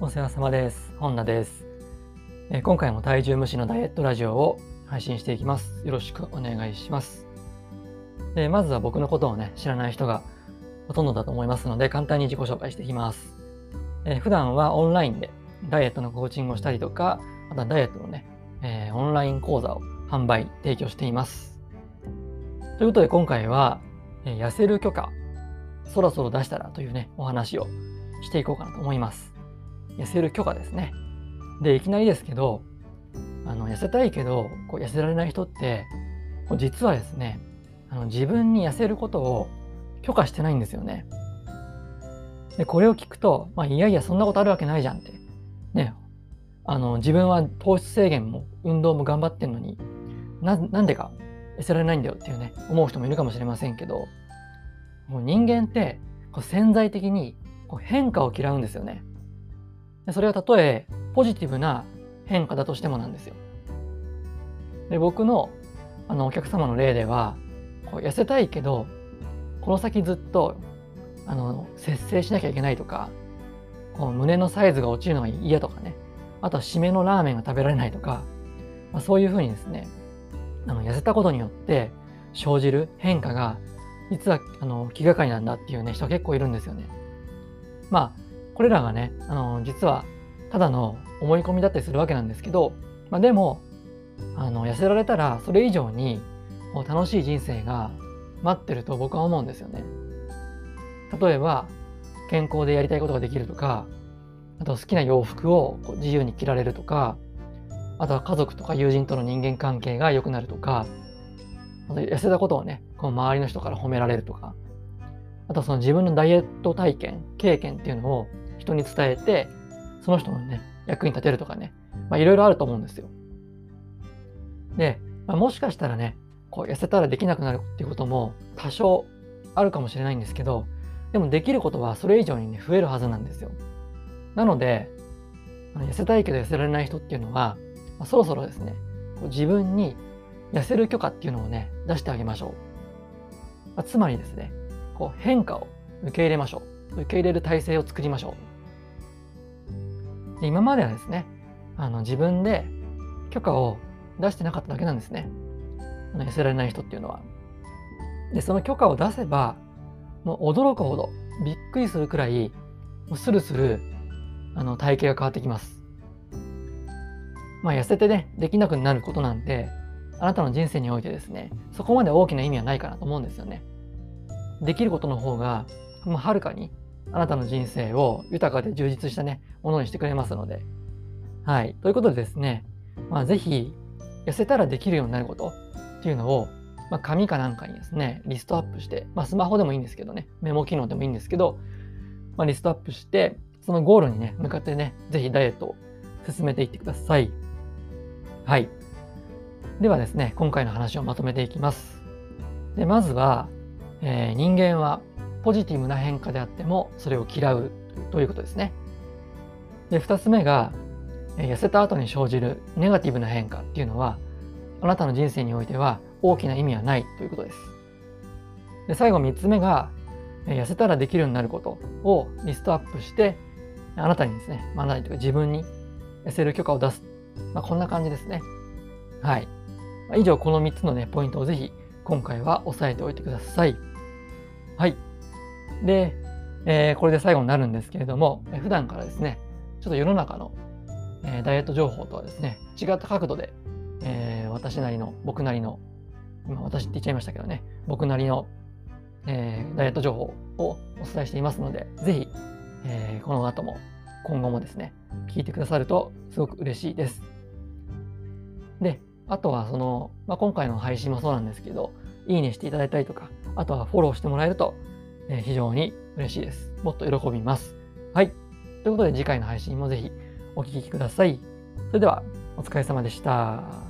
お世話様です。本田です。今回も体重無視のダイエットラジオを配信していきます。よろしくお願いします。まずは僕のことをね、知らない人がほとんどだと思いますので、簡単に自己紹介していきます。普段はオンラインでダイエットのコーチングをしたりとか、あとはダイエットのね、オンライン講座を販売、提供しています。ということで今回は、痩せる許可、そろそろ出したらというね、お話をしていこうかなと思います。痩せる許可ですね。で、いきなりですけど、痩せたいけど痩せられない人って実はですね、自分に痩せることを許可してないんですよね。で、これを聞くと、いやいやそんなことあるわけないじゃんってね、自分は糖質制限も運動も頑張ってんのになんでか痩せられないんだよっていうね、思う人もいるかもしれませんけど、もう人間って潜在的に変化を嫌うんですよね。でそれはたとえポジティブな変化だとしてもなんですよ。で、僕のお客様の例では、痩せたいけどこの先ずっと節制しなきゃいけないとか、胸のサイズが落ちるのが嫌とかね、あとは締めのラーメンが食べられないとか、そういうふうにですね、痩せたことによって生じる変化が実は気がかりなんだっていうね、人結構いるんですよね。これらがね、実はただの思い込みだったりするわけなんですけど、でも痩せられたらそれ以上に楽しい人生が待ってると僕は思うんですよね。例えば健康でやりたいことができるとか、あと好きな洋服を自由に着られるとか、あとは家族とか友人との人間関係が良くなるとか、あと痩せたことをね、周りの人から褒められるとか、あとはその自分のダイエット体験、経験っていうのを人に伝えて、その人のね、役に立てるとかね、いろいろあると思うんですよ。で、もしかしたらね、痩せたらできなくなるっていうことも多少あるかもしれないんですけど、でもできることはそれ以上にね、増えるはずなんですよ。なので、痩せたいけど痩せられない人っていうのは、そろそろですね、自分に痩せる許可っていうのをね、出してあげましょう。つまりですね、変化を受け入れましょう。受け入れる体制を作りましょう。で、今まではですね、自分で許可を出してなかっただけなんですね。痩せられない人っていうのは。で、その許可を出せば、もう驚くほど、びっくりするくらい、もうスルスル体型が変わってきます。痩せてね、できなくなることなんて、あなたの人生においてですね、そこまで大きな意味はないかなと思うんですよね。できることの方が、はるかにあなたの人生を豊かで充実したね、ものにしてくれますので。はい。ということでですね、ぜひ、痩せたらできるようになることっていうのを、紙かなんかにですね、リストアップして、スマホでもいいんですけどね、メモ機能でもいいんですけど、リストアップして、そのゴールにね、向かってね、ぜひダイエットを進めていってください。はい。ではですね、今回の話をまとめていきます。で、まずは、人間はポジティブな変化であってもそれを嫌うということですね。で、2つ目が、痩せた後に生じるネガティブな変化っていうのは、あなたの人生においては大きな意味はないということです。で、最後3つ目が、痩せたらできるようになることをリストアップして、あなたにですね、あなたにというか自分に痩せる許可を出す。こんな感じですね。はい。以上、この3つのね、ポイントをぜひ今回は押さえておいてください。はい。で、これで最後になるんですけれども、普段からですね、ちょっと世の中の、ダイエット情報とはですね、違った角度で、私なりの、僕なりの、今私って言っちゃいましたけどね、僕なりの、ダイエット情報をお伝えしていますので、ぜひ、この後も、今後もですね、聞いてくださるとすごく嬉しいです。で、あとは今回の配信もそうなんですけど、いいねしていただいたりとか、あとはフォローしてもらえると、非常に嬉しいです。もっと喜びます。はい。ということで次回の配信もぜひお聞きください。それではお疲れ様でした。